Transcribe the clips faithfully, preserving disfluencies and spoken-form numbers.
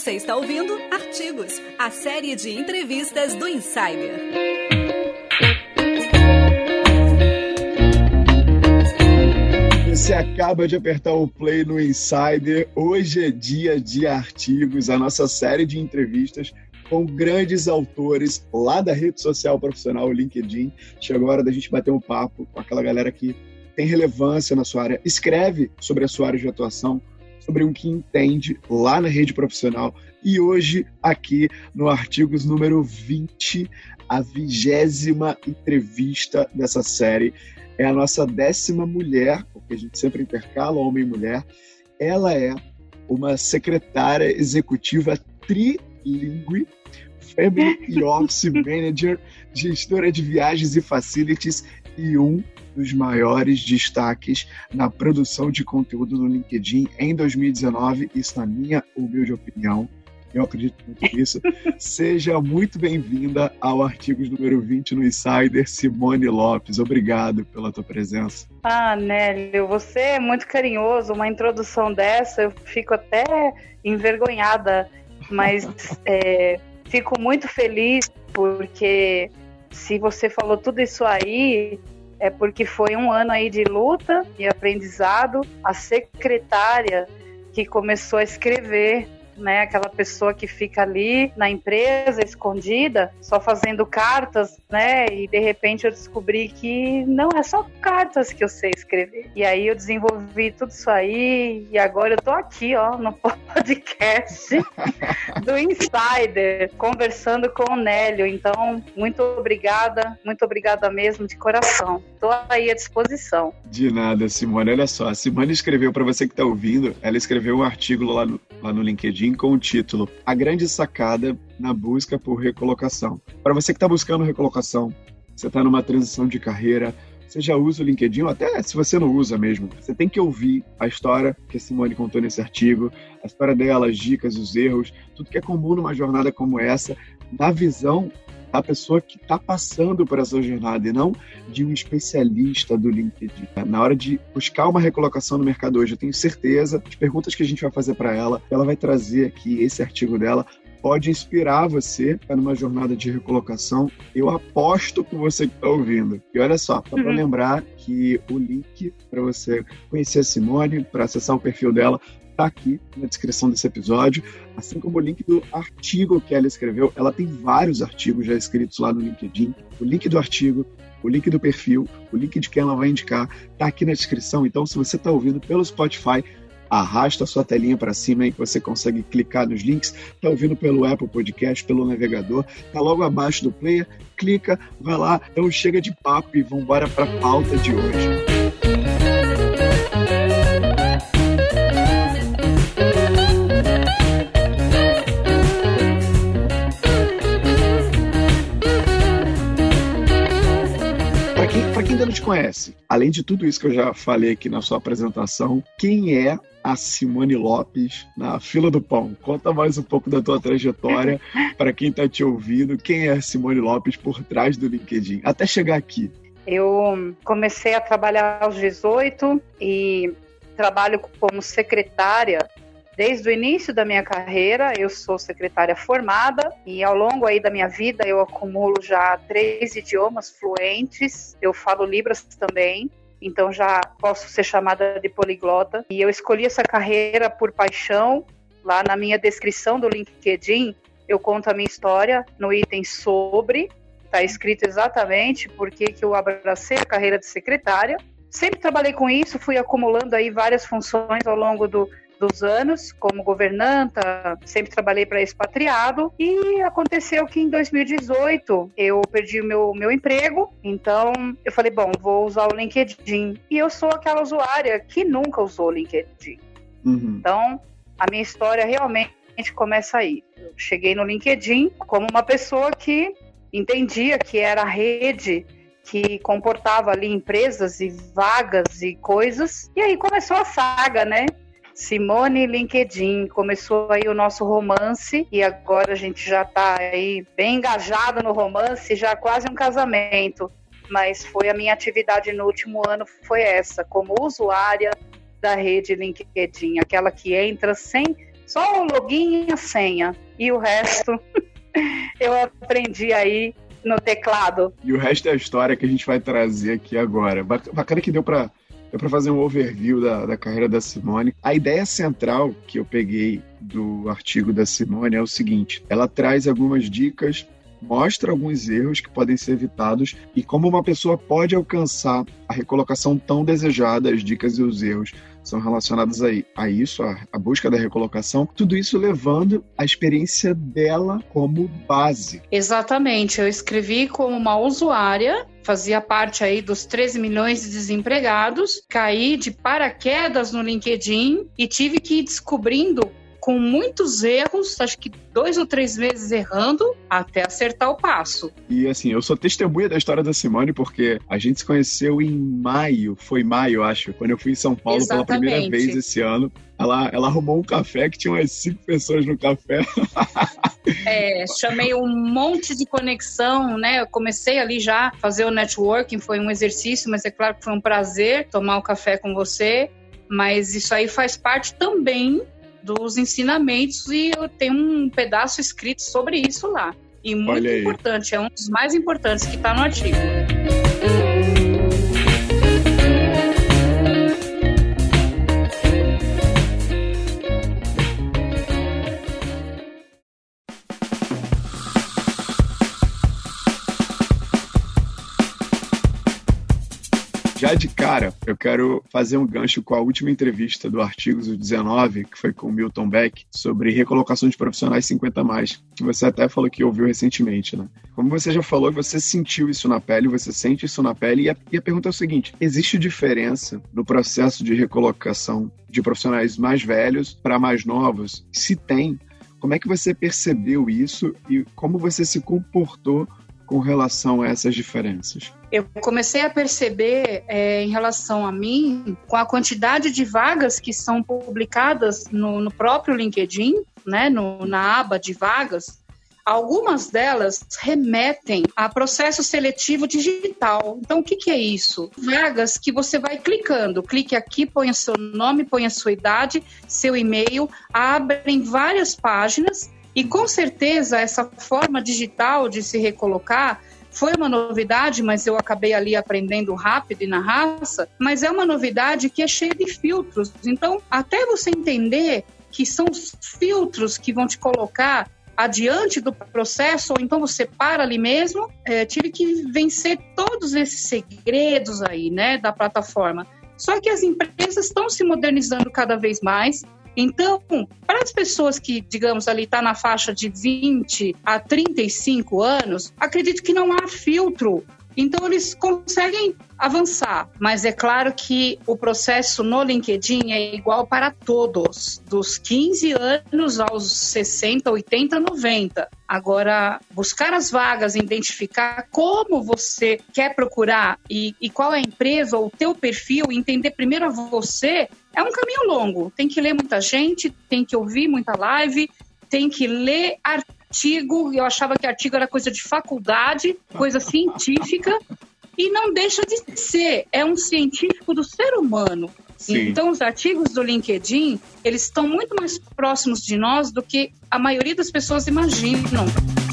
Você está ouvindo Artigos, a série de entrevistas do Insider. Você acaba de apertar o play no Insider. Hoje é dia de Artigos, a nossa série de entrevistas com grandes autores lá da rede social profissional, o LinkedIn. Chegou a hora da gente bater um papo com aquela galera que tem relevância na sua área, escreve sobre a sua área de atuação, sobre o que entende lá na rede profissional. E hoje, aqui no Artigos número vinte, a vigésima entrevista dessa série, é a nossa décima mulher, porque a gente sempre intercala homem e mulher. Ela é uma secretária executiva trilingue, Family e Office Manager, gestora de viagens e facilities e um dos maiores destaques na produção de conteúdo no LinkedIn em dois mil e dezenove, isso na minha humilde opinião. Eu acredito muito nisso. Seja muito bem-vinda ao Artigos número vinte no Insider, Simone Lopes. Obrigado pela tua presença. Ah, Nélio, você é muito carinhoso. Uma introdução dessa, eu fico até envergonhada, mas é, fico muito feliz porque se você falou tudo isso aí, é porque foi um ano aí de luta e aprendizado. A secretária que começou a escrever, né, aquela pessoa que fica ali na empresa, escondida, só fazendo cartas, né, e de repente eu descobri que não é só cartas que eu sei escrever. E aí eu desenvolvi tudo isso aí, e agora eu tô aqui, ó, no podcast do Insider, conversando com o Nélio. Então, muito obrigada, muito obrigada mesmo, de coração. Tô aí à disposição. De nada, Simone. Olha só, a Simone escreveu, para você que está ouvindo, ela escreveu um artigo lá no, lá no LinkedIn com o título A Grande Sacada na Busca por Recolocação. Para você que está buscando recolocação, você está numa transição de carreira, você já usa o LinkedIn, ou até se você não usa mesmo, você tem que ouvir a história que a Simone contou nesse artigo, a história dela, as dicas, os erros, tudo que é comum numa jornada como essa, na visão da pessoa que está passando por essa jornada e não de um especialista do LinkedIn. Na hora de buscar uma recolocação no mercado hoje, eu tenho certeza, as perguntas que a gente vai fazer para ela, ela vai trazer aqui, esse artigo dela, pode inspirar você para numa jornada de recolocação. Eu aposto com você que está ouvindo. E olha só, só para lembrar que o link para você conhecer a Simone, para acessar o perfil dela, está aqui na descrição desse episódio, assim como o link do artigo que ela escreveu. Ela tem vários artigos já escritos lá no LinkedIn. O link do artigo, o link do perfil, o link de quem ela vai indicar, está aqui na descrição. Então, se você está ouvindo pelo Spotify, arrasta a sua telinha para cima aí que você consegue clicar nos links. Está ouvindo pelo Apple Podcast, pelo navegador, está logo abaixo do player, clica, vai lá. Então chega de papo e vamos embora para a pauta de hoje. Para quem ainda não te conhece, além de tudo isso que eu já falei aqui na sua apresentação, quem é a Simone Lopes na fila do pão? Conta mais um pouco da tua trajetória para quem está te ouvindo. Quem é a Simone Lopes por trás do LinkedIn, até chegar aqui? Eu comecei a trabalhar aos dezoito e trabalho como secretária desde o início da minha carreira. Eu sou secretária formada e ao longo aí da minha vida eu acumulo já três idiomas fluentes. Eu falo Libras também, então já posso ser chamada de poliglota. E eu escolhi essa carreira por paixão. Lá na minha descrição do LinkedIn, eu conto a minha história no item sobre. Está escrito exatamente por que que eu abracei a carreira de secretária. Sempre trabalhei com isso, fui acumulando aí várias funções ao longo do dos anos, como governanta, sempre trabalhei para expatriado, e aconteceu que em dois mil e dezoito eu perdi o meu, meu emprego, então eu falei, bom, vou usar o LinkedIn, e eu sou aquela usuária que nunca usou o LinkedIn. Uhum. Então, a minha história realmente começa aí. Eu cheguei no LinkedIn como uma pessoa que entendia que era a rede que comportava ali empresas e vagas e coisas, e aí começou a saga, né? Simone LinkedIn, começou aí o nosso romance e agora a gente já está aí bem engajado no romance, já quase um casamento, mas foi a minha atividade no último ano, foi essa, como usuária da rede LinkedIn, aquela que entra sem Só o login e a senha. E o resto eu aprendi aí no teclado. E o resto é a história que a gente vai trazer aqui agora. Bacana que deu para deu para fazer um overview da, da carreira da Simone. A ideia central que eu peguei do artigo da Simone é o seguinte: ela traz algumas dicas, mostra alguns erros que podem ser evitados e como uma pessoa pode alcançar a recolocação tão desejada. As dicas e os erros são relacionados a, a isso, a, a busca da recolocação, tudo isso levando a experiência dela como base. Exatamente, eu escrevi como uma usuária, fazia parte aí dos treze milhões de desempregados, caí de paraquedas no LinkedIn e tive que ir descobrindo com muitos erros, acho que dois ou três vezes errando, até acertar o passo. E assim, eu sou testemunha da história da Simone, porque a gente se conheceu em maio, foi maio, acho, quando eu fui em São Paulo Exatamente. Pela primeira vez esse ano. Ela, ela arrumou um café que tinha umas cinco pessoas no café. É, chamei um monte de conexão, né? Eu comecei ali já a fazer o networking, foi um exercício, mas é claro que foi um prazer tomar o café com você, mas isso aí faz parte também dos ensinamentos e eu tenho um pedaço escrito sobre isso lá. E muito importante, é um dos mais importantes que está no artigo. Já de cara, eu quero fazer um gancho com a última entrevista do artigo dezenove, que foi com o Milton Beck, sobre recolocação de profissionais cinquenta mais, que você até falou que ouviu recentemente, né? Como você já falou, você sentiu isso na pele, você sente isso na pele, e a, e a pergunta é o seguinte: existe diferença no processo de recolocação de profissionais mais velhos para mais novos? Se tem, como é que você percebeu isso e como você se comportou com relação a essas diferenças? Eu comecei a perceber, é, em relação a mim, com a quantidade de vagas que são publicadas no, no próprio LinkedIn, né, no, na aba de vagas, algumas delas remetem a processo seletivo digital. Então, o que, que é isso? Vagas que você vai clicando. Clique aqui, põe o seu nome, põe a sua idade, seu e-mail, abrem várias páginas. E com certeza essa forma digital de se recolocar foi uma novidade, mas eu acabei ali aprendendo rápido e na raça, mas é uma novidade que é cheia de filtros. Então, até você entender que são os filtros que vão te colocar adiante do processo, ou então você para ali mesmo, é, tive que vencer todos esses segredos aí, né, da plataforma. Só que as empresas estão se modernizando cada vez mais. Então, para as pessoas que, digamos, ali está na faixa de vinte a trinta e cinco anos, acredito que não há filtro. Então, eles conseguem avançar. Mas é claro que o processo no LinkedIn é igual para todos, dos quinze anos aos sessenta, oitenta, noventa. Agora, buscar as vagas, identificar como você quer procurar e, e qual é a empresa ou o teu perfil, entender primeiro a você, é um caminho longo. Tem que ler muita gente, tem que ouvir muita live, tem que ler artigo. Eu achava que artigo era coisa de faculdade, coisa científica, e não deixa de ser. É um científico do ser humano. Sim. Então, os artigos do LinkedIn, eles estão muito mais próximos de nós do que a maioria das pessoas imaginam.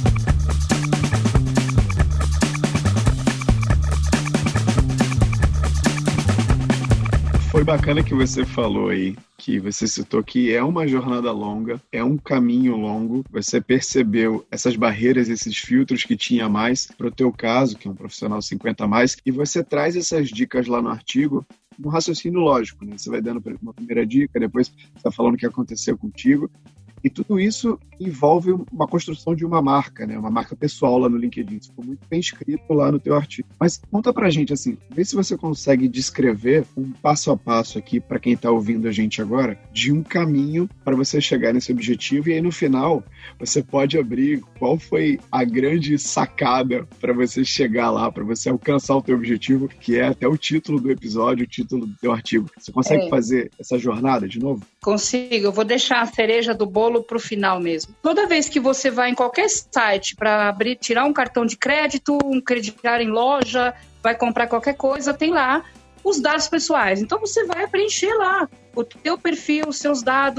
Foi bacana que você falou aí, que você citou que é uma jornada longa, é um caminho longo, você percebeu essas barreiras, esses filtros que tinha mais para o teu caso, que é um profissional cinquenta a mais, e você traz essas dicas lá no artigo, um raciocínio lógico, né? Você vai dando uma primeira dica, depois você está falando o que aconteceu contigo, e tudo isso envolve uma construção de uma marca, né? Uma marca pessoal lá no LinkedIn. Isso ficou muito bem escrito lá no teu artigo. Mas conta pra gente, assim, vê se você consegue descrever um passo a passo aqui para quem está ouvindo a gente agora, de um caminho para você chegar nesse objetivo. E aí, no final, você pode abrir qual foi a grande sacada para você chegar lá, para você alcançar o teu objetivo, que é até o título do episódio, o título do teu artigo. Você consegue é. fazer essa jornada de novo? Consigo. Eu vou deixar a cereja do bolo para o final mesmo. Toda vez que você vai em qualquer site para abrir, tirar um cartão de crédito, um crediário em loja, vai comprar qualquer coisa, tem lá os dados pessoais. Então você vai preencher lá o teu perfil, os seus dados,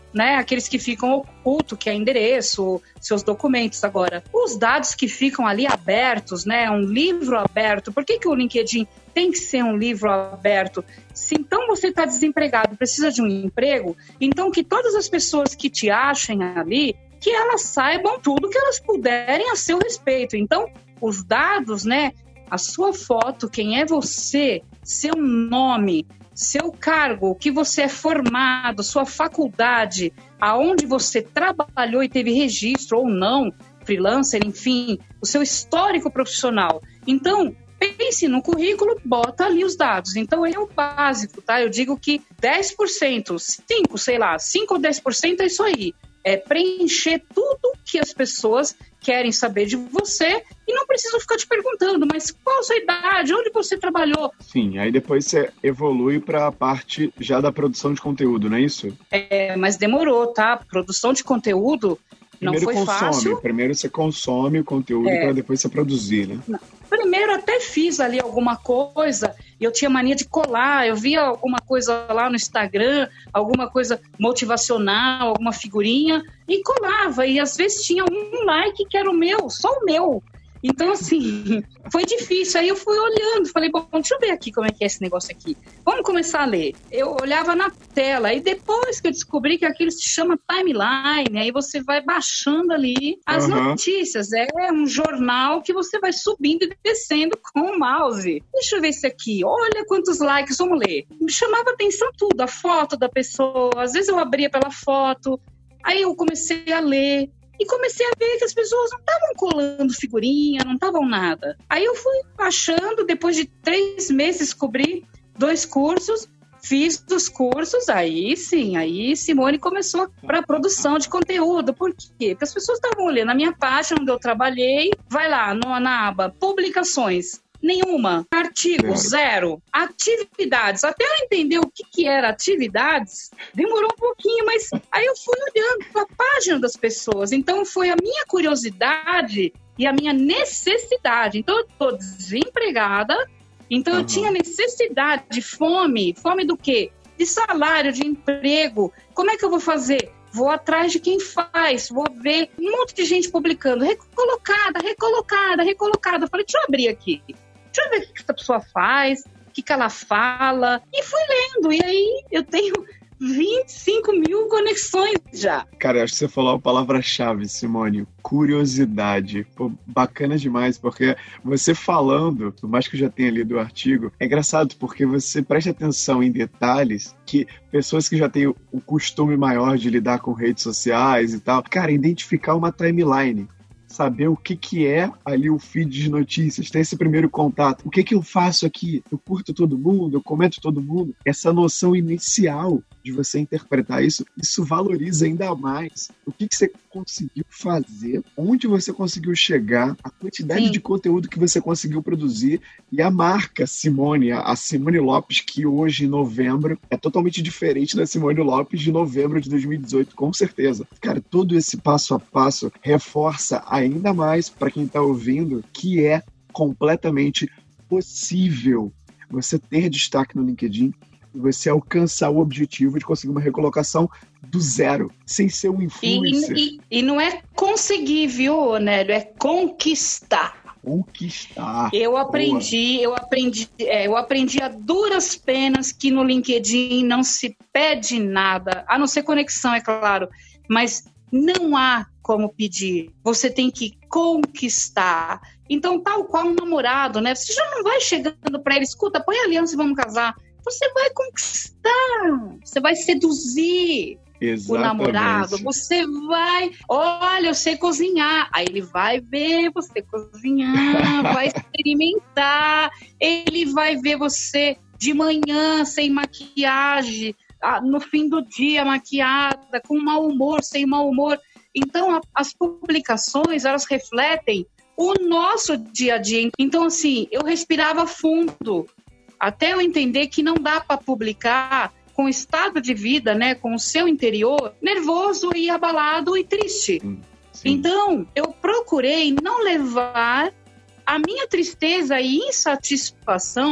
né? Aqueles que ficam ocultos, que é endereço, seus documentos. Agora, os dados que ficam ali abertos, né? Um livro aberto. Por que que o LinkedIn tem que ser um livro aberto? Se então você está desempregado, precisa de um emprego, então que todas as pessoas que te achem ali, que elas saibam tudo que elas puderem a seu respeito. Então, os dados, né? A sua foto, quem é você, seu nome, seu cargo, o que você é formado, sua faculdade, aonde você trabalhou e teve registro ou não, freelancer, enfim, o seu histórico profissional. Então, pense no currículo, bota ali os dados. Então, ele é o básico, tá? Eu digo que dez por cento, cinco, sei lá, cinco ou dez por cento é isso aí. É preencher tudo que as pessoas querem saber de você e não precisam ficar te perguntando, mas qual a sua idade, onde você trabalhou? Sim, aí depois você evolui para a parte já da produção de conteúdo, não é isso? É, mas demorou, tá? Produção de conteúdo não Primeiro foi consome, fácil. Primeiro você consome o conteúdo É. para depois você produzir, né? Não. Primeiro até fiz ali alguma coisa, eu tinha mania de colar, eu via alguma coisa lá no Instagram, alguma coisa motivacional, alguma figurinha, e colava, e às vezes tinha um like que era o meu, só o meu. Então, assim, foi difícil. Aí eu fui olhando, falei, bom, deixa eu ver aqui como é que é esse negócio aqui. Vamos começar a ler. Eu olhava na tela, e depois que eu descobri que aquilo se chama timeline, aí você vai baixando ali as Uhum. notícias. É um jornal que você vai subindo e descendo com o mouse. Deixa eu ver esse aqui. Olha quantos likes, vamos ler. Me chamava atenção tudo, a foto da pessoa. Às vezes eu abria pela foto, aí eu comecei a ler. E comecei a ver que as pessoas não estavam colando figurinha, não estavam nada. Aí eu fui achando, depois de três meses, descobri dois cursos, fiz dos cursos, aí sim, aí Simone começou para produção de conteúdo. Por quê? Porque as pessoas estavam olhando a minha página onde eu trabalhei, vai lá no, na aba publicações. Nenhuma. Artigo, zero. Atividades. Até eu entender o que, que era atividades, demorou um pouquinho, mas aí eu fui olhando para a página das pessoas. Então, foi a minha curiosidade e a minha necessidade. Então, eu estou desempregada, então Uhum. eu tinha necessidade, fome. Fome do quê? De salário, de emprego. Como é que eu vou fazer? Vou atrás de quem faz, vou ver um monte de gente publicando, recolocada, recolocada, recolocada. Eu falei, deixa eu abrir aqui. Deixa eu ver o que essa pessoa faz, o que ela fala. E fui lendo. E aí eu tenho vinte e cinco mil conexões já. Cara, acho que você falou a palavra-chave, Simone. Curiosidade. Pô, bacana demais, porque você falando, por mais que eu já tenha lido o artigo, é engraçado porque você presta atenção em detalhes que pessoas que já têm o costume maior de lidar com redes sociais e tal, cara, identificar uma timeline. Saber o que, que é ali o feed de notícias, ter esse primeiro contato. O que, que eu faço aqui? Eu curto todo mundo, eu comento todo mundo. Essa noção inicial de você interpretar isso, isso valoriza ainda mais o que, que você conseguiu fazer, onde você conseguiu chegar, a quantidade Sim. de conteúdo que você conseguiu produzir e a marca Simone, a Simone Lopes, que hoje, em novembro, é totalmente diferente da Simone Lopes de novembro de dois mil e dezoito, com certeza. Cara, todo esse passo a passo reforça ainda mais para quem está ouvindo que é completamente possível você ter destaque no LinkedIn e você alcançar o objetivo de conseguir uma recolocação do zero, sem ser um influencer. E, e, e não é conseguir, viu, Nélio? É conquistar. Conquistar. Eu aprendi, eu aprendi, é, eu aprendi a duras penas que no LinkedIn não se pede nada, a não ser conexão, é claro, mas não há como pedir. Você tem que conquistar. Então, tal qual um namorado, né? Você já não vai chegando para ele, escuta, põe a aliança e vamos casar. Você vai conquistar, você vai seduzir Exatamente. o namorado, você vai, olha, eu sei cozinhar, aí ele vai ver você cozinhar, vai experimentar, ele vai ver você de manhã sem maquiagem, no fim do dia maquiada, com mau humor, sem mau humor. Então, a, as publicações, elas refletem o nosso dia a dia. Então, assim, eu respirava fundo, até eu entender que não dá para publicar com o estado de vida, né, com o seu interior, nervoso e abalado e triste. Sim. Então, eu procurei não levar a minha tristeza e insatisfação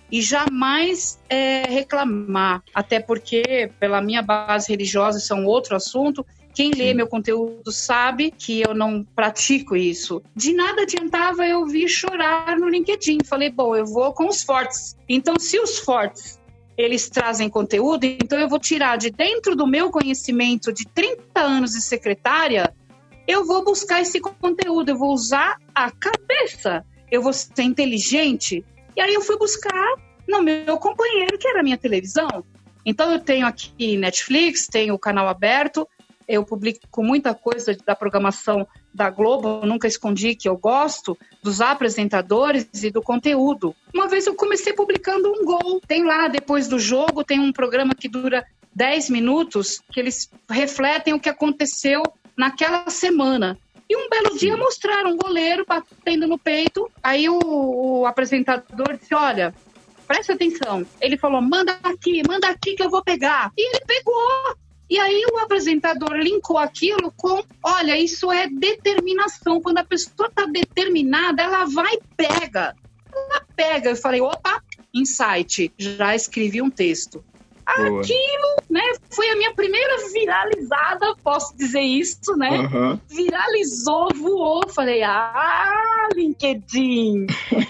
e jamais é, reclamar. Até porque, pela minha base religiosa, isso é um outro assunto. Quem lê meu conteúdo sabe que eu não pratico isso. De nada adiantava eu vir chorar no LinkedIn. Falei, bom, eu vou com os fortes. Então, se os fortes, eles trazem conteúdo, então eu vou tirar de dentro do meu conhecimento de trinta anos de secretária, eu vou buscar esse conteúdo, eu vou usar a cabeça, eu vou ser inteligente. E aí eu fui buscar no meu companheiro, que era a minha televisão. Então eu tenho aqui Netflix, tenho o canal aberto, eu publico muita coisa da programação da Globo, nunca escondi que eu gosto dos apresentadores e do conteúdo. Uma vez eu comecei publicando um gol. Tem lá, depois do jogo, tem um programa que dura dez minutos, que eles refletem o que aconteceu naquela semana. E um belo dia mostraram um goleiro batendo no peito. Aí o, o apresentador disse, olha, presta atenção. Ele falou, manda aqui, manda aqui que eu vou pegar. E ele pegou. E aí o apresentador linkou aquilo com, olha, isso é determinação. Quando a pessoa está determinada, ela vai e pega. Ela pega. Eu falei, opa, insight, já escrevi um texto. Boa. Aquilo, né, foi a minha primeira viralizada, posso dizer isso, né? Uhum. Viralizou, voou. Falei, ah, LinkedIn.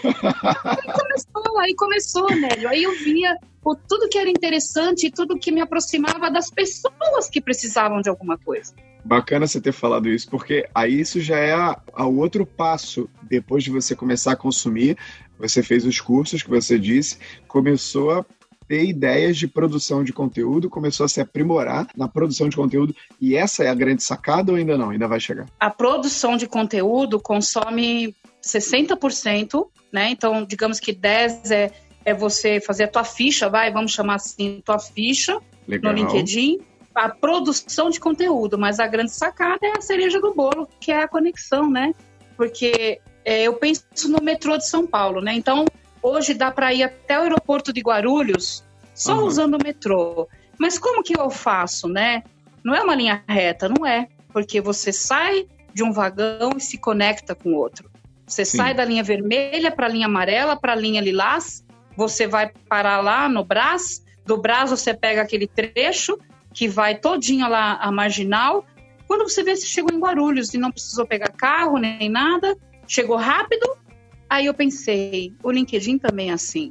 Aí começou, aí começou, né? Aí eu via o, tudo que era interessante, tudo que me aproximava das pessoas que precisavam de alguma coisa. Bacana você ter falado isso, porque aí isso já é a, a outro passo. Depois de você começar a consumir, você fez os cursos que você disse, começou a ter ideias de produção de conteúdo, começou a se aprimorar na produção de conteúdo, e essa é a grande sacada ou ainda não? Ainda vai chegar? A produção de conteúdo consome sessenta por cento, né? Então, digamos que dez por cento é, é você fazer a tua ficha, vai, vamos chamar assim, tua ficha. Legal. No LinkedIn, a produção de conteúdo, mas a grande sacada é a cereja do bolo, que é a conexão, né? Porque é, eu penso no metrô de São Paulo, né? Então, hoje dá para ir até o aeroporto de Guarulhos só uhum. usando o metrô. Mas como que eu faço, né? Não é uma linha reta, não é. Porque você sai de um vagão e se conecta com outro. Você Sim. sai da linha vermelha para a linha amarela, para a linha lilás. Você vai parar lá no Brás. Do Brás você pega aquele trecho que vai todinho lá a Marginal. Quando você vê, você chegou em Guarulhos e não precisou pegar carro nem nada. Chegou rápido. Aí eu pensei, o LinkedIn também é assim.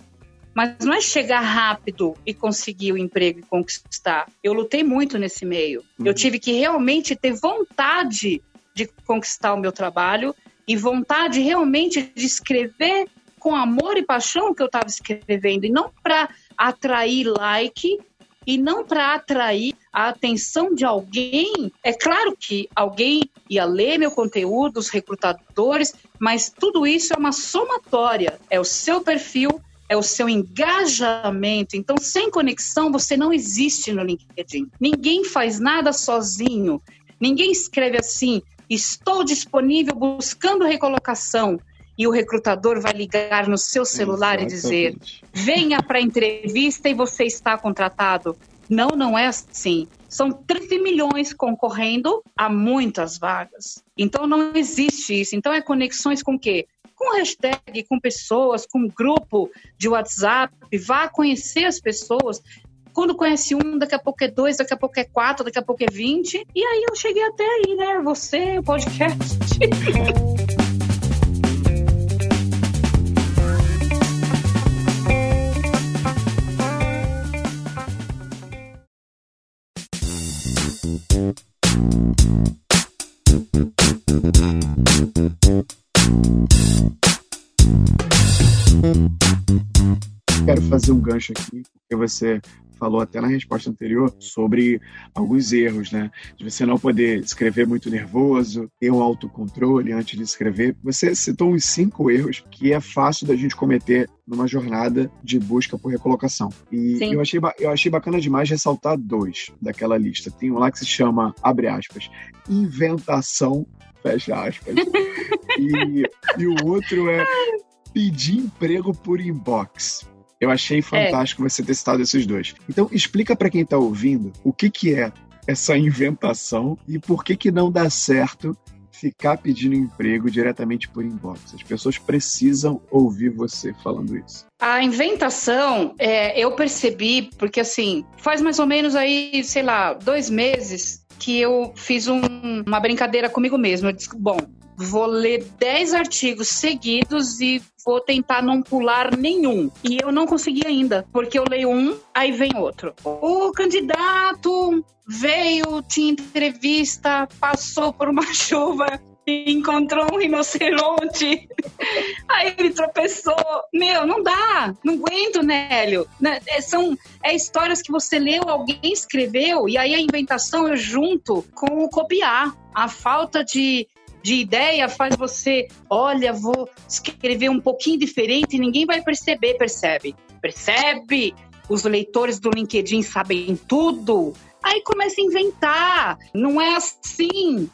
Mas não é chegar rápido e conseguir o emprego e conquistar. Eu lutei muito nesse meio. Uhum. Eu tive que realmente ter vontade de conquistar o meu trabalho e vontade realmente de escrever com amor e paixão o que eu estava escrevendo. E não para atrair like e não para atrair a atenção de alguém. É claro que alguém ia ler meu conteúdo, os recrutadores, mas tudo isso é uma somatória. É o seu perfil, é o seu engajamento. Então, sem conexão, você não existe no LinkedIn. Ninguém faz nada sozinho. Ninguém escreve assim, estou disponível buscando recolocação. E o recrutador vai ligar no seu celular Exatamente. E dizer, venha para a entrevista e você está contratado. Não, não é assim. São treze milhões concorrendo a muitas vagas. Então não existe isso. Então é conexões com o quê? Com hashtag, com pessoas, com grupo de WhatsApp. Vá conhecer as pessoas. Quando conhece um, daqui a pouco é dois, daqui a pouco é quatro, daqui a pouco é vinte. E aí eu cheguei até aí, né? Você, o podcast. Quero fazer um gancho aqui, porque você falou até na resposta anterior sobre alguns erros, né? De você não poder escrever muito nervoso, ter um autocontrole antes de escrever. Você citou uns cinco erros que é fácil da gente cometer numa jornada de busca por recolocação. E eu achei, eu achei bacana demais ressaltar dois daquela lista. Tem um lá que se chama, abre aspas, inventação, fecha aspas. e, e o outro é pedir emprego por inbox. Eu achei fantástico é. você ter citado esses dois. Então, explica para quem está ouvindo o que, que é essa inventação e por que, que não dá certo ficar pedindo emprego diretamente por inbox? As pessoas precisam ouvir você falando isso. A inventação, é, eu percebi, porque assim, faz mais ou menos aí, sei lá, dois meses que eu fiz um, uma brincadeira comigo mesma. Eu disse, bom, vou ler dez artigos seguidos e vou tentar não pular nenhum. E eu não consegui ainda, porque eu leio um, aí vem outro. O candidato veio, tinha entrevista, passou por uma chuva e encontrou um rinoceronte. Aí ele tropeçou. Meu, não dá. Não aguento, Nélio. São é histórias que você leu, alguém escreveu, e aí a inventação eu junto com o copiar. A falta de... de ideia faz você, olha, vou escrever um pouquinho diferente e ninguém vai perceber, percebe? Percebe? Os leitores do LinkedIn sabem tudo. Aí começa a inventar. Não é assim.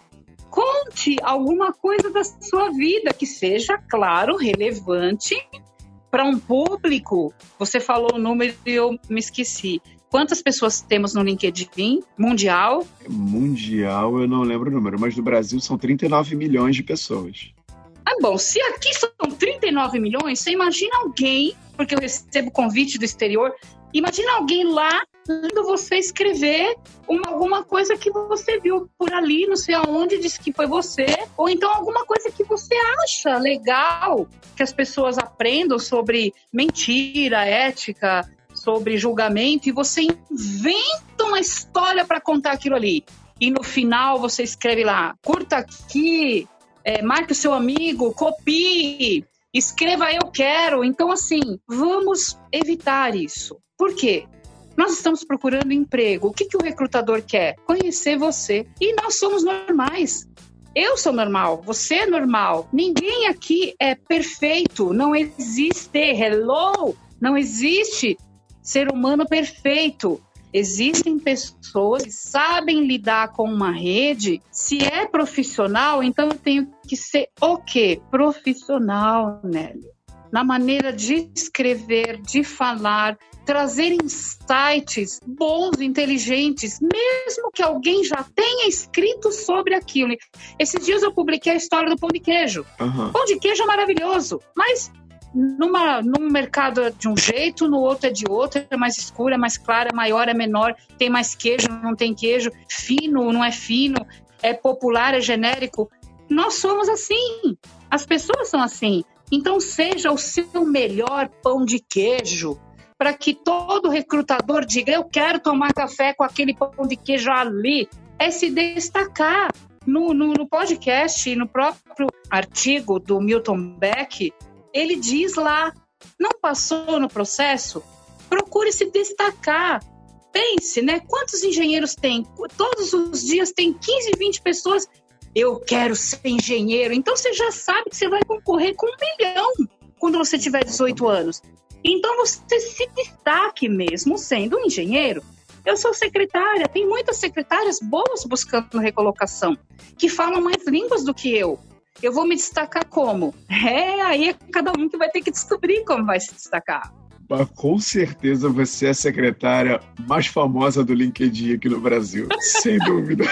Conte alguma coisa da sua vida que seja, claro, relevante para um público. Você falou o número e eu me esqueci. Quantas pessoas temos no LinkedIn mundial? Mundial, eu não lembro o número, mas no Brasil são trinta e nove milhões de pessoas. Ah, bom, se aqui são trinta e nove milhões, você imagina alguém, porque eu recebo convite do exterior, imagina alguém lá lendo você escrever uma, alguma coisa que você viu por ali, não sei aonde, disse que foi você, ou então alguma coisa que você acha legal, que as pessoas aprendam sobre mentira, ética, sobre julgamento, e você inventa uma história para contar aquilo ali. E no final você escreve lá, curta aqui, é, marque o seu amigo, copie, escreva eu quero. Então, assim, vamos evitar isso. Por quê? Nós estamos procurando emprego. O que, que o recrutador quer? Conhecer você. E nós somos normais. Eu sou normal, você é normal. Ninguém aqui é perfeito. Não existe. Hello! Não existe ser humano perfeito. Existem pessoas que sabem lidar com uma rede. Se é profissional, então eu tenho que ser o quê? Profissional, Nélio. Na maneira de escrever, de falar, trazer insights bons, inteligentes, mesmo que alguém já tenha escrito sobre aquilo. Esses dias eu publiquei a história do pão de queijo. Uhum. Pão de queijo é maravilhoso, mas Numa, num mercado é de um jeito, no outro é de outro, é mais escuro, é mais claro, é maior, é menor, tem mais queijo, não tem queijo, fino, não é fino, é popular, é genérico. Nós somos assim, as pessoas são assim. Então seja o seu melhor pão de queijo, para que todo recrutador diga, eu quero tomar café com aquele pão de queijo ali. É se destacar. No, no, no podcast, no próprio artigo do Milton Beck, ele diz lá, não passou no processo? Procure se destacar. Pense, né? Quantos engenheiros tem? Todos os dias tem quinze, vinte pessoas. Eu quero ser engenheiro. Então você já sabe que você vai concorrer com um milhão quando você tiver dezoito anos. Então você se destaque mesmo sendo um engenheiro. Eu sou secretária, tem muitas secretárias boas buscando recolocação, que falam mais línguas do que eu. Eu vou me destacar como? É, aí é cada um que vai ter que descobrir como vai se destacar. Mas com certeza você é a secretária mais famosa do LinkedIn aqui no Brasil, sem dúvida.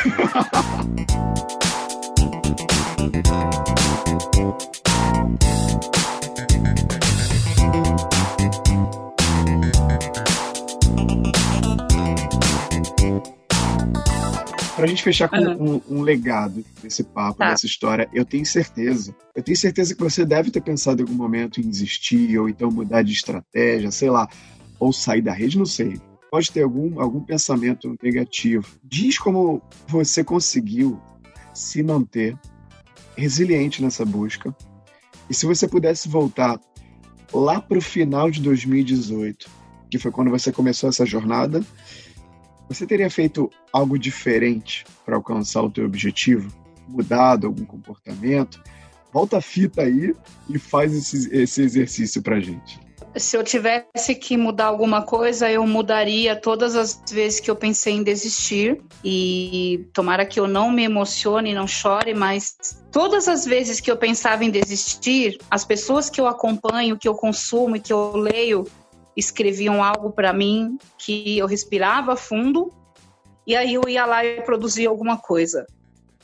Pra gente fechar com uhum. um, um legado desse papo, tá. dessa história, eu tenho certeza, eu tenho certeza que você deve ter pensado em algum momento em desistir, ou então mudar de estratégia, sei lá, ou sair da rede, não sei. Pode ter algum, algum pensamento negativo. Diz como você conseguiu se manter resiliente nessa busca. E se você pudesse voltar lá pro final de dois mil e dezoito, que foi quando você começou essa jornada, você teria feito algo diferente para alcançar o teu objetivo? Mudado algum comportamento? Volta a fita aí e faz esse, esse exercício pra gente. Se eu tivesse que mudar alguma coisa, eu mudaria todas as vezes que eu pensei em desistir. E tomara que eu não me emocione, não chore, mas todas as vezes que eu pensava em desistir, as pessoas que eu acompanho, que eu consumo e que eu leio, escreviam algo para mim que eu respirava fundo e aí eu ia lá e produzia alguma coisa.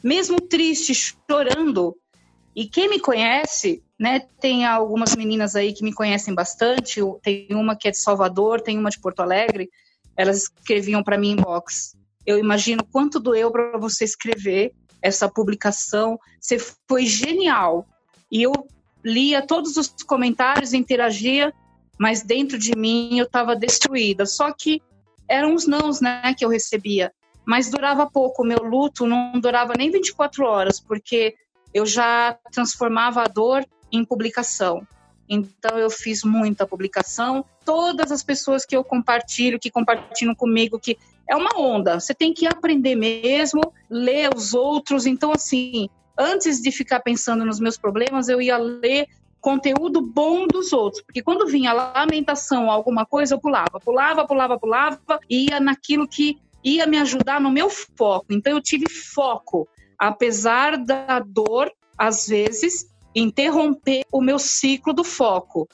mesmo triste, chorando. E quem me conhece, né, tem algumas meninas aí que me conhecem bastante, tem uma que é de Salvador, tem uma de Porto Alegre, elas escreviam para mim em inbox. Eu imagino quanto doeu para você escrever essa publicação, você foi genial. E eu lia todos os comentários, interagia, mas dentro de mim eu estava destruída. Só que eram os nãos, né, que eu recebia. Mas durava pouco, o meu luto não durava nem vinte e quatro horas, porque eu já transformava a dor em publicação. Então eu fiz muita publicação. Todas as pessoas que eu compartilho, que compartilham comigo, que é uma onda. Você tem que aprender mesmo, ler os outros. Então, assim, antes de ficar pensando nos meus problemas, eu ia ler conteúdo bom dos outros. Porque quando vinha lamentação, alguma coisa, eu pulava, pulava, pulava, pulava, ia naquilo que ia me ajudar no meu foco. Então eu tive foco, apesar da dor, às vezes, interromper o meu ciclo do foco.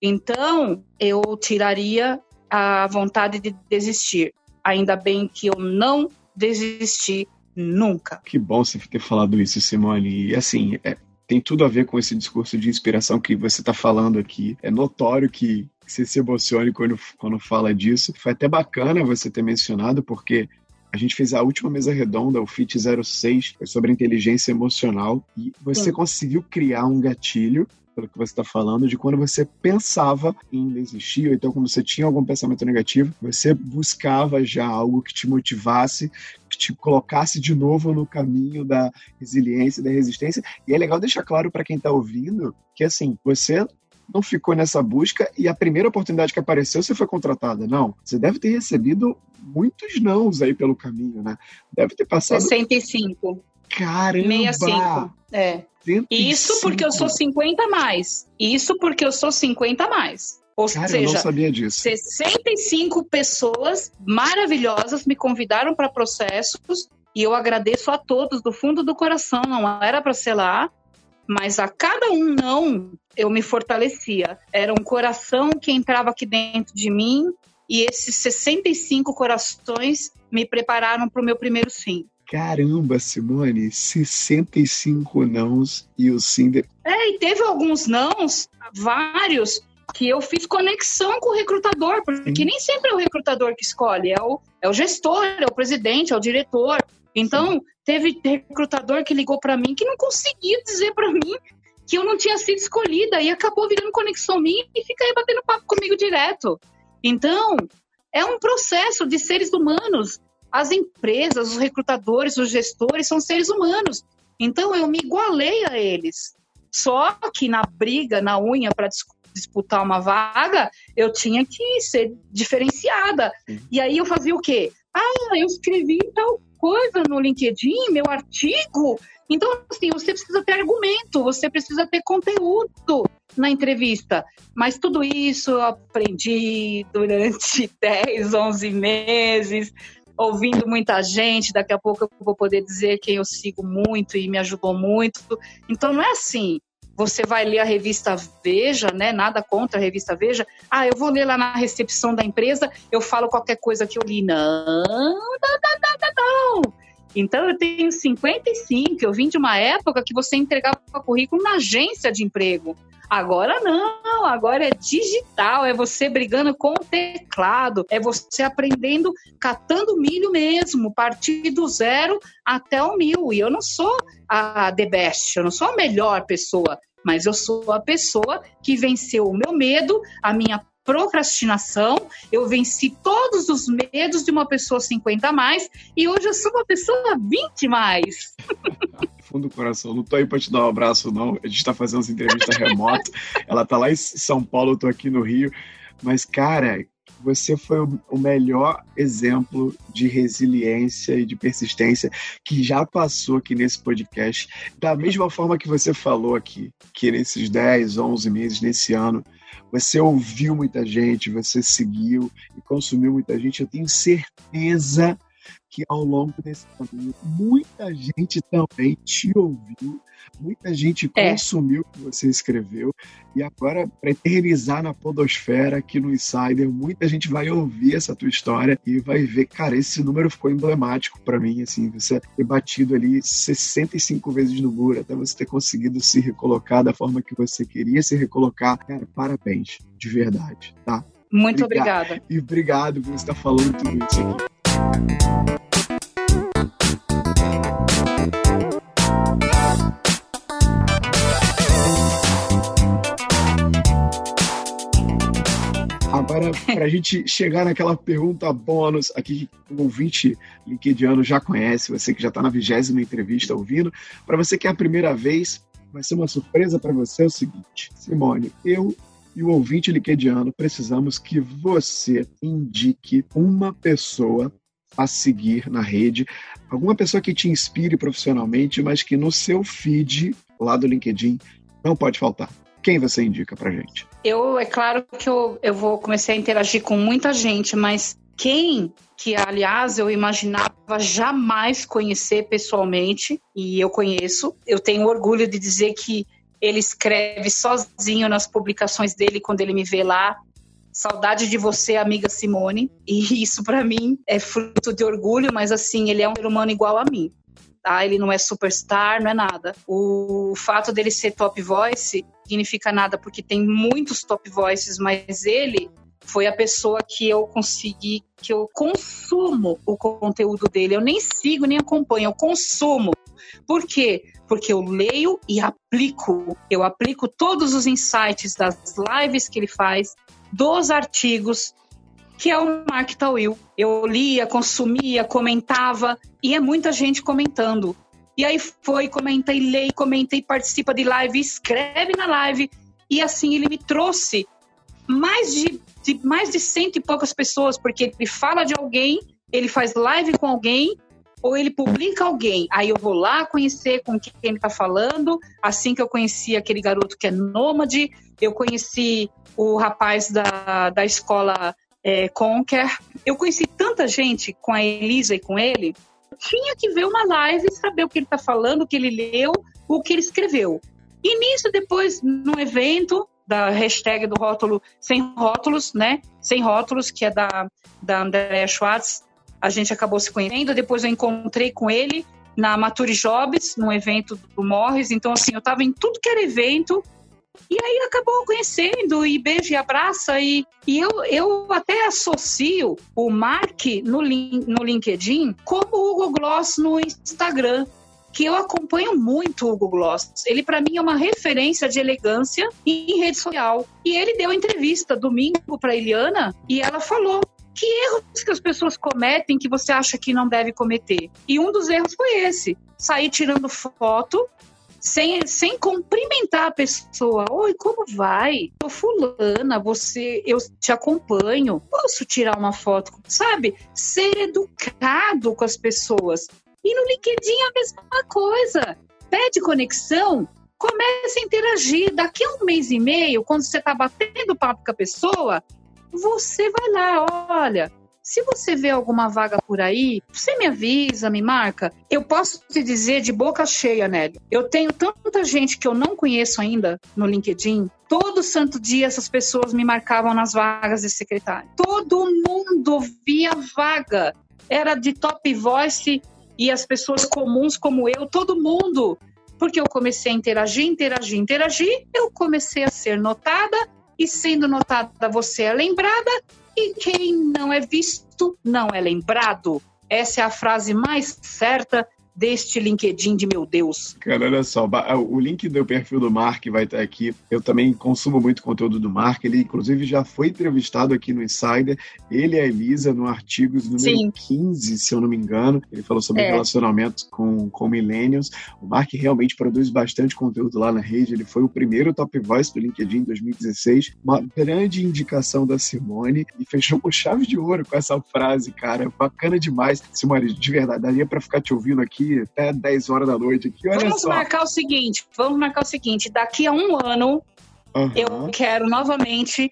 Então eu tiraria a vontade de desistir. Ainda bem que eu não desisti nunca. Que bom você ter falado isso, Simone. E assim, é, tem tudo a ver com esse discurso de inspiração que você está falando aqui. É notório que você se emocione quando, quando fala disso. Foi até bacana você ter mencionado, porque a gente fez a última mesa redonda, o F I T zero seis, foi sobre inteligência emocional, e você Sim. conseguiu criar um gatilho, pelo que você está falando, de quando você pensava em desistir, ou então quando você tinha algum pensamento negativo, você buscava já algo que te motivasse, que te colocasse de novo no caminho da resiliência, da resistência. E é legal deixar claro para quem está ouvindo que, assim, você não ficou nessa busca e a primeira oportunidade que apareceu você foi contratada. Não, você deve ter recebido muitos nãos aí pelo caminho, né? Deve ter passado... sessenta e cinco. Caramba! sessenta e cinco, é. Isso porque eu sou cinquenta a mais. Isso porque eu sou cinquenta a mais. Ou Cara, seja, eu não sabia disso. sessenta e cinco pessoas maravilhosas me convidaram para processos e eu agradeço a todos do fundo do coração. Não era para ser lá, mas a cada um não, eu me fortalecia. Era um coração que entrava aqui dentro de mim e esses sessenta e cinco corações me prepararam para o meu primeiro sim. Caramba, Simone, sessenta e cinco nãos e o sim... De... É, e teve alguns nãos, vários, que eu fiz conexão com o recrutador, porque sim. nem sempre é o recrutador que escolhe, é o, é o gestor, é o presidente, é o diretor. Então, sim. teve recrutador que ligou para mim que não conseguia dizer para mim que eu não tinha sido escolhida e acabou virando conexão minha e fica aí batendo papo comigo direto. Então, é um processo de seres humanos. As empresas, os recrutadores, os gestores são seres humanos. Então, eu me igualei a eles. Só que na briga, na unha, para dis- disputar uma vaga, eu tinha que ser diferenciada. Sim. E aí eu fazia o quê? Ah, eu escrevi tal coisa no LinkedIn, meu artigo. Então, assim, você precisa ter argumento, você precisa ter conteúdo na entrevista. Mas tudo isso eu aprendi durante dez, onze meses, ouvindo muita gente. Daqui a pouco eu vou poder dizer quem eu sigo muito e me ajudou muito. Então não é assim, você vai ler a revista Veja, né? Nada contra a revista Veja. Ah, eu vou ler lá na recepção da empresa, eu falo qualquer coisa que eu li. Não, não, não, não, não. Então eu tenho cinquenta e cinco, eu vim de uma época que você entregava currículo na agência de emprego. Agora não, agora é digital, é você brigando com o teclado, é você aprendendo, catando milho mesmo, partir do zero até o mil. E eu não sou a the best, eu não sou a melhor pessoa, mas eu sou a pessoa que venceu o meu medo, a minha procrastinação, eu venci todos os medos de uma pessoa cinquenta a mais e hoje eu sou uma pessoa vinte mais. Fundo do coração, não tô aí pra te dar um abraço não, a gente tá fazendo essa entrevista remota, ela tá lá em São Paulo, eu tô aqui no Rio, mas cara, você foi o melhor exemplo de resiliência e de persistência que já passou aqui nesse podcast, da mesma forma que você falou aqui, que nesses dez, onze meses, nesse ano, você ouviu muita gente, você seguiu e consumiu muita gente, eu tenho certeza que ao longo desse caminho, muita gente também te ouviu, muita gente É. consumiu o que você escreveu, e agora, para eternizar na podosfera, aqui no Insider, muita gente vai ouvir essa tua história e vai ver, cara, esse número ficou emblemático para mim, assim, você ter batido ali sessenta e cinco vezes no muro, até você ter conseguido se recolocar da forma que você queria se recolocar. Cara, parabéns, de verdade, tá? Muito Obrigado. obrigada. E obrigado por você estar falando tudo isso aqui. Agora, para a gente chegar naquela pergunta bônus aqui que o ouvinte linkediano já conhece, você que já está na vigésima entrevista ouvindo, para você que é a primeira vez, vai ser uma surpresa para você, é o seguinte: Simone, eu e o ouvinte linkediano precisamos que você indique uma pessoa a seguir na rede, alguma pessoa que te inspire profissionalmente, mas que no seu feed lá do LinkedIn não pode faltar. Quem você indica pra gente? Eu, é claro que eu, eu vou começar a interagir com muita gente, mas quem que, aliás, eu imaginava jamais conhecer pessoalmente, e eu conheço, eu tenho orgulho de dizer que ele escreve sozinho nas publicações dele quando ele me vê lá: saudade de você, amiga Simone. E isso pra mim é fruto de orgulho, mas assim, ele é um ser humano igual a mim. Tá? Ele não é superstar, não é nada. O fato dele ser top voice significa nada, porque tem muitos top voices, mas ele foi a pessoa que eu consegui, que eu consumo o conteúdo dele. Eu nem sigo, nem acompanho, eu consumo. Por quê? Porque eu leio e aplico. Eu aplico todos os insights das lives que ele faz, dos artigos, que é o Mark Tawil. Eu lia, consumia, comentava, e é muita gente comentando. E aí foi, comenta e lê, comenta e participa de live, escreve na live. E assim ele me trouxe mais de, de, mais de cento e poucas pessoas, porque ele fala de alguém, ele faz live com alguém, ou ele publica alguém. Aí eu vou lá conhecer com quem ele está falando. Assim que eu conheci aquele garoto que é nômade, eu conheci o rapaz da, da escola é, Conquer. Eu conheci tanta gente com a Elisa e com ele. Tinha que ver uma live e saber o que ele está falando, o que ele leu, o que ele escreveu. E nisso, depois, no evento da hashtag do rótulo Sem Rótulos, né? Sem Rótulos, que é da, da Andrea Schwartz, a gente acabou se conhecendo. Depois eu encontrei com ele na Mature Jobs, no evento do Morris. Então, assim, eu estava em tudo que era evento. E aí acabou conhecendo, e beija e abraça, e, e eu, eu até associo o Mark no, no LinkedIn como o Hugo Gloss no Instagram, que eu acompanho muito o Hugo Gloss. Ele, para mim, é uma referência de elegância em rede social. E ele deu entrevista domingo para Eliana, e ela falou que erros que as pessoas cometem que você acha que não deve cometer. E um dos erros foi esse: sair tirando foto Sem, sem cumprimentar a pessoa. Oi, como vai? Sou fulana, você, eu te acompanho. Posso tirar uma foto? Sabe? Ser educado com as pessoas. E no LinkedIn é a mesma coisa. Pede conexão, comece a interagir. Daqui a um mês e meio, quando você está batendo papo com a pessoa, você vai lá, olha... Se você vê alguma vaga por aí, você me avisa, me marca. Eu posso te dizer de boca cheia, Nélio. Eu tenho tanta gente que eu não conheço ainda no LinkedIn. Todo santo dia essas pessoas me marcavam nas vagas de secretário. Todo mundo via vaga. Era de top voice e as pessoas comuns como eu, todo mundo. Porque eu comecei a interagir, interagir, interagir. Eu comecei a ser notada e sendo notada você é lembrada. E quem não é visto, não é lembrado. Essa é a frase mais certa deste LinkedIn de meu Deus. Cara, olha só, o link do perfil do Mark vai estar aqui. Eu também consumo muito conteúdo do Mark. Ele, inclusive, já foi entrevistado aqui no Insider. Ele e a Elisa, no artigo número Sim. quinze, se eu não me engano. Ele falou sobre é. relacionamentos com, com millennials. O Mark realmente produz bastante conteúdo lá na rede. Ele foi o primeiro top voice do LinkedIn em dois mil e dezesseis. Uma grande indicação da Simone. E fechou com chave de ouro com essa frase, cara. Bacana demais. Simone, de verdade, daria pra ficar te ouvindo aqui até dez horas da noite aqui. Olha vamos só. marcar o seguinte, vamos marcar o seguinte, daqui a um ano uhum. eu quero novamente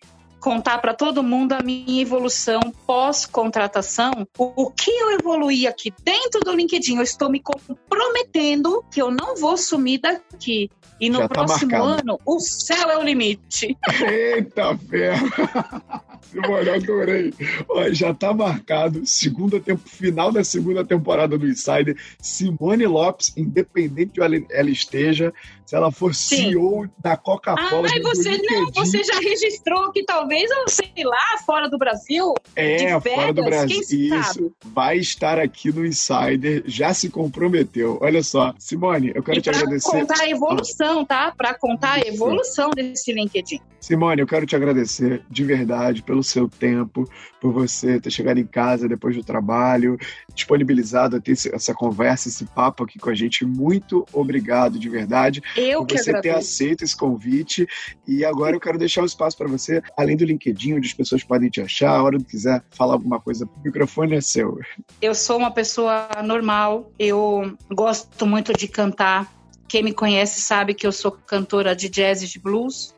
contar para todo mundo a minha evolução pós-contratação, o, o que eu evoluí aqui dentro do LinkedIn. Eu estou me comprometendo que eu não vou sumir daqui. E no Já próximo tá ano, o céu é o limite. Eita ferro! Simone, eu adorei. Ó, já tá marcado, segunda tempo, final da segunda temporada do Insider. Simone Lopes, independente de onde ela esteja, se ela for Sim. C E O da Coca-Cola. Ah, mas você não, você já registrou que talvez, eu sei lá, fora do Brasil? É, de Vegas, fora do Brasil. Quem Isso. sabe? Vai estar aqui no Insider, já se comprometeu. Olha só, Simone, eu quero e te agradecer. Para contar a evolução, tá? Para contar a evolução desse LinkedIn. Simone, eu quero te agradecer de verdade pelo seu tempo, por você ter chegado em casa depois do trabalho, disponibilizado a ter essa conversa, esse papo aqui com a gente. Muito obrigado, de verdade, eu por que você agradeço. ter aceito esse convite. E agora eu quero deixar um espaço para você, além do LinkedIn, onde as pessoas podem te achar, a hora que quiser falar alguma coisa, o microfone é seu. Eu sou uma pessoa normal, eu gosto muito de cantar. Quem me conhece sabe que eu sou cantora de jazz e de blues.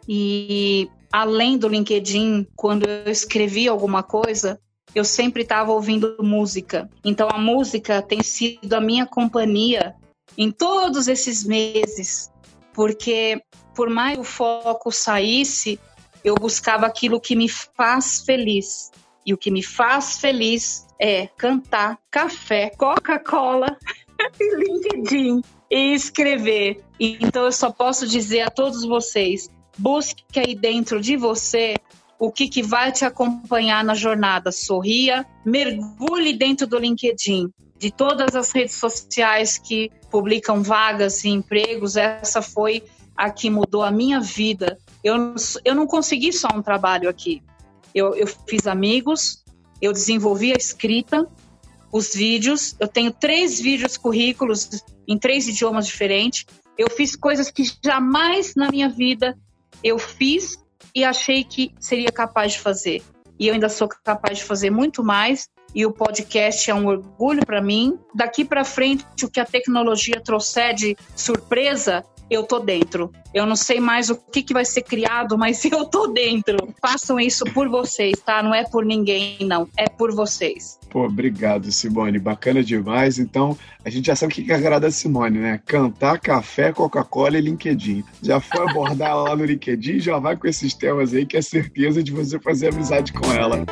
E além do LinkedIn, quando eu escrevi alguma coisa, eu sempre estava ouvindo música. Então a música tem sido a minha companhia em todos esses meses. Porque por mais que o foco saísse, eu buscava aquilo que me faz feliz. E o que me faz feliz é cantar, café, Coca-Cola e LinkedIn. E escrever. Então eu só posso dizer a todos vocês, busque aí dentro de você o que, que vai te acompanhar na jornada. Sorria, mergulhe dentro do LinkedIn, de todas as redes sociais que publicam vagas e empregos. Essa foi a que mudou a minha vida. Eu, eu não consegui só um trabalho aqui. Eu, eu fiz amigos, eu desenvolvi a escrita, os vídeos. Eu tenho três vídeos currículos em três idiomas diferentes. Eu fiz coisas que jamais na minha vida eu fiz e achei que seria capaz de fazer. E eu ainda sou capaz de fazer muito mais. E o podcast é um orgulho para mim. Daqui para frente, o que a tecnologia trouxer de surpresa, eu tô dentro. Eu não sei mais o que, que vai ser criado, mas eu tô dentro. Façam isso por vocês, tá? Não é por ninguém, não. É por vocês. Pô, obrigado, Simone. Bacana demais. Então, a gente já sabe o que, que agrada a Simone, né? Cantar, café, Coca-Cola e LinkedIn. Já foi abordar ela lá no LinkedIn, já vai com esses temas aí, que é certeza de você fazer amizade com ela.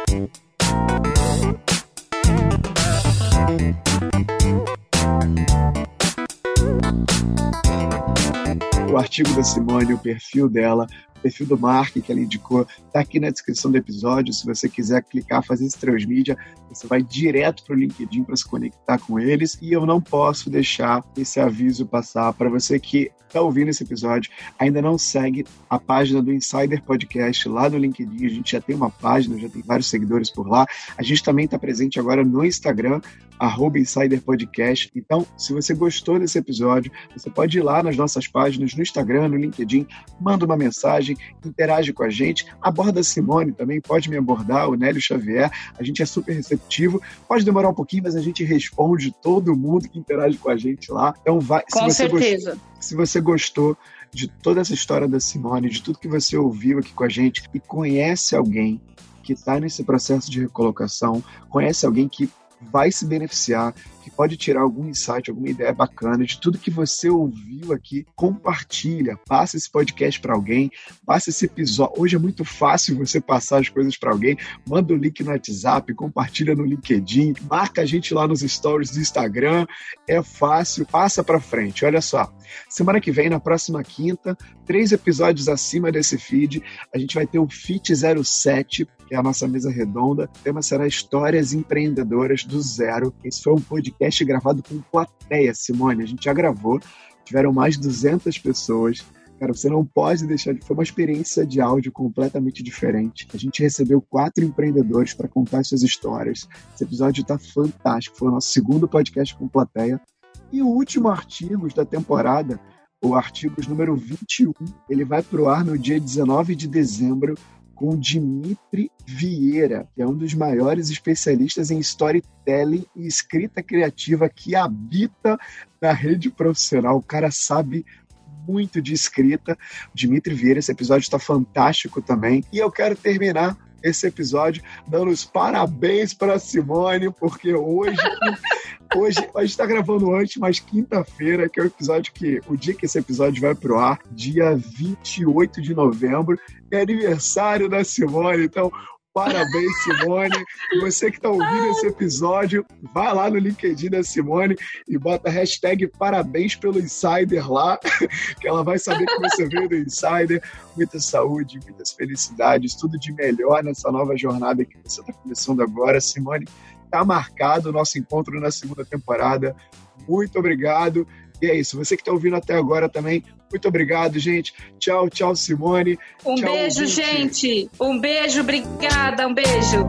O artigo da Simone, o perfil dela, o perfil do Mark que ela indicou, está aqui na descrição do episódio. Se você quiser clicar, fazer esse transmídia, você vai direto para o LinkedIn para se conectar com eles. E eu não posso deixar esse aviso passar para você que está ouvindo esse episódio, ainda não segue a página do Insider Podcast lá no LinkedIn. A gente já tem uma página, já tem vários seguidores por lá. A gente também está presente agora no Instagram, arroba Insider Podcast. Então, se você gostou desse episódio, você pode ir lá nas nossas páginas, no Instagram, no LinkedIn, manda uma mensagem, interage com a gente, aborda a Simone também, pode me abordar, o Nélio Xavier, a gente é super receptivo, pode demorar um pouquinho, mas a gente responde todo mundo que interage com a gente lá. Então, vai. Com se você certeza. Gostou, se você gostou de toda essa história da Simone, de tudo que você ouviu aqui com a gente e conhece alguém que está nesse processo de recolocação, conhece alguém que vai se beneficiar, que pode tirar algum insight, alguma ideia bacana de tudo que você ouviu aqui, compartilha, passa esse podcast para alguém, passa esse episódio. Hoje é muito fácil você passar as coisas para alguém, manda o link no WhatsApp, compartilha no LinkedIn, marca a gente lá nos stories do Instagram, é fácil, passa para frente. Olha só, semana que vem, na próxima quinta, três episódios acima desse feed, a gente vai ter o Fit zero sete, que é a nossa mesa redonda. O tema será Histórias Empreendedoras do Zero. Esse foi um podcast gravado com plateia, Simone. A gente já gravou, tiveram mais de duzentas pessoas. Cara, você não pode deixar de... Foi uma experiência de áudio completamente diferente. A gente recebeu quatro empreendedores para contar suas histórias. Esse episódio está fantástico. Foi o nosso segundo podcast com plateia. E o último Artigos da temporada, o Artigos número vinte e um, ele vai para o ar no dia dezenove de dezembro, com Dimitri Vieira, que é um dos maiores especialistas em storytelling e escrita criativa que habita na rede profissional. O cara sabe muito de escrita. Dmitry Vieira, esse episódio está fantástico também. E eu quero terminar esse episódio dando os parabéns para a Simone, porque hoje... Hoje, a gente está gravando antes, mas quinta-feira, que é o episódio que, o dia que esse episódio vai pro ar, dia vinte e oito de novembro, é aniversário da Simone. Então, parabéns, Simone. Você que está ouvindo esse episódio, vai lá no LinkedIn da Simone e bota a hashtag parabéns pelo Insider lá, que ela vai saber que você veio do Insider. Muita saúde, muitas felicidades, tudo de melhor nessa nova jornada que você está começando agora, Simone. Está marcado o nosso encontro na segunda temporada. Muito obrigado. E é isso. Você que está ouvindo até agora também, muito obrigado, gente. Tchau, tchau, Simone. Um tchau, beijo, ouvinte. gente. Um beijo, obrigada. Um beijo.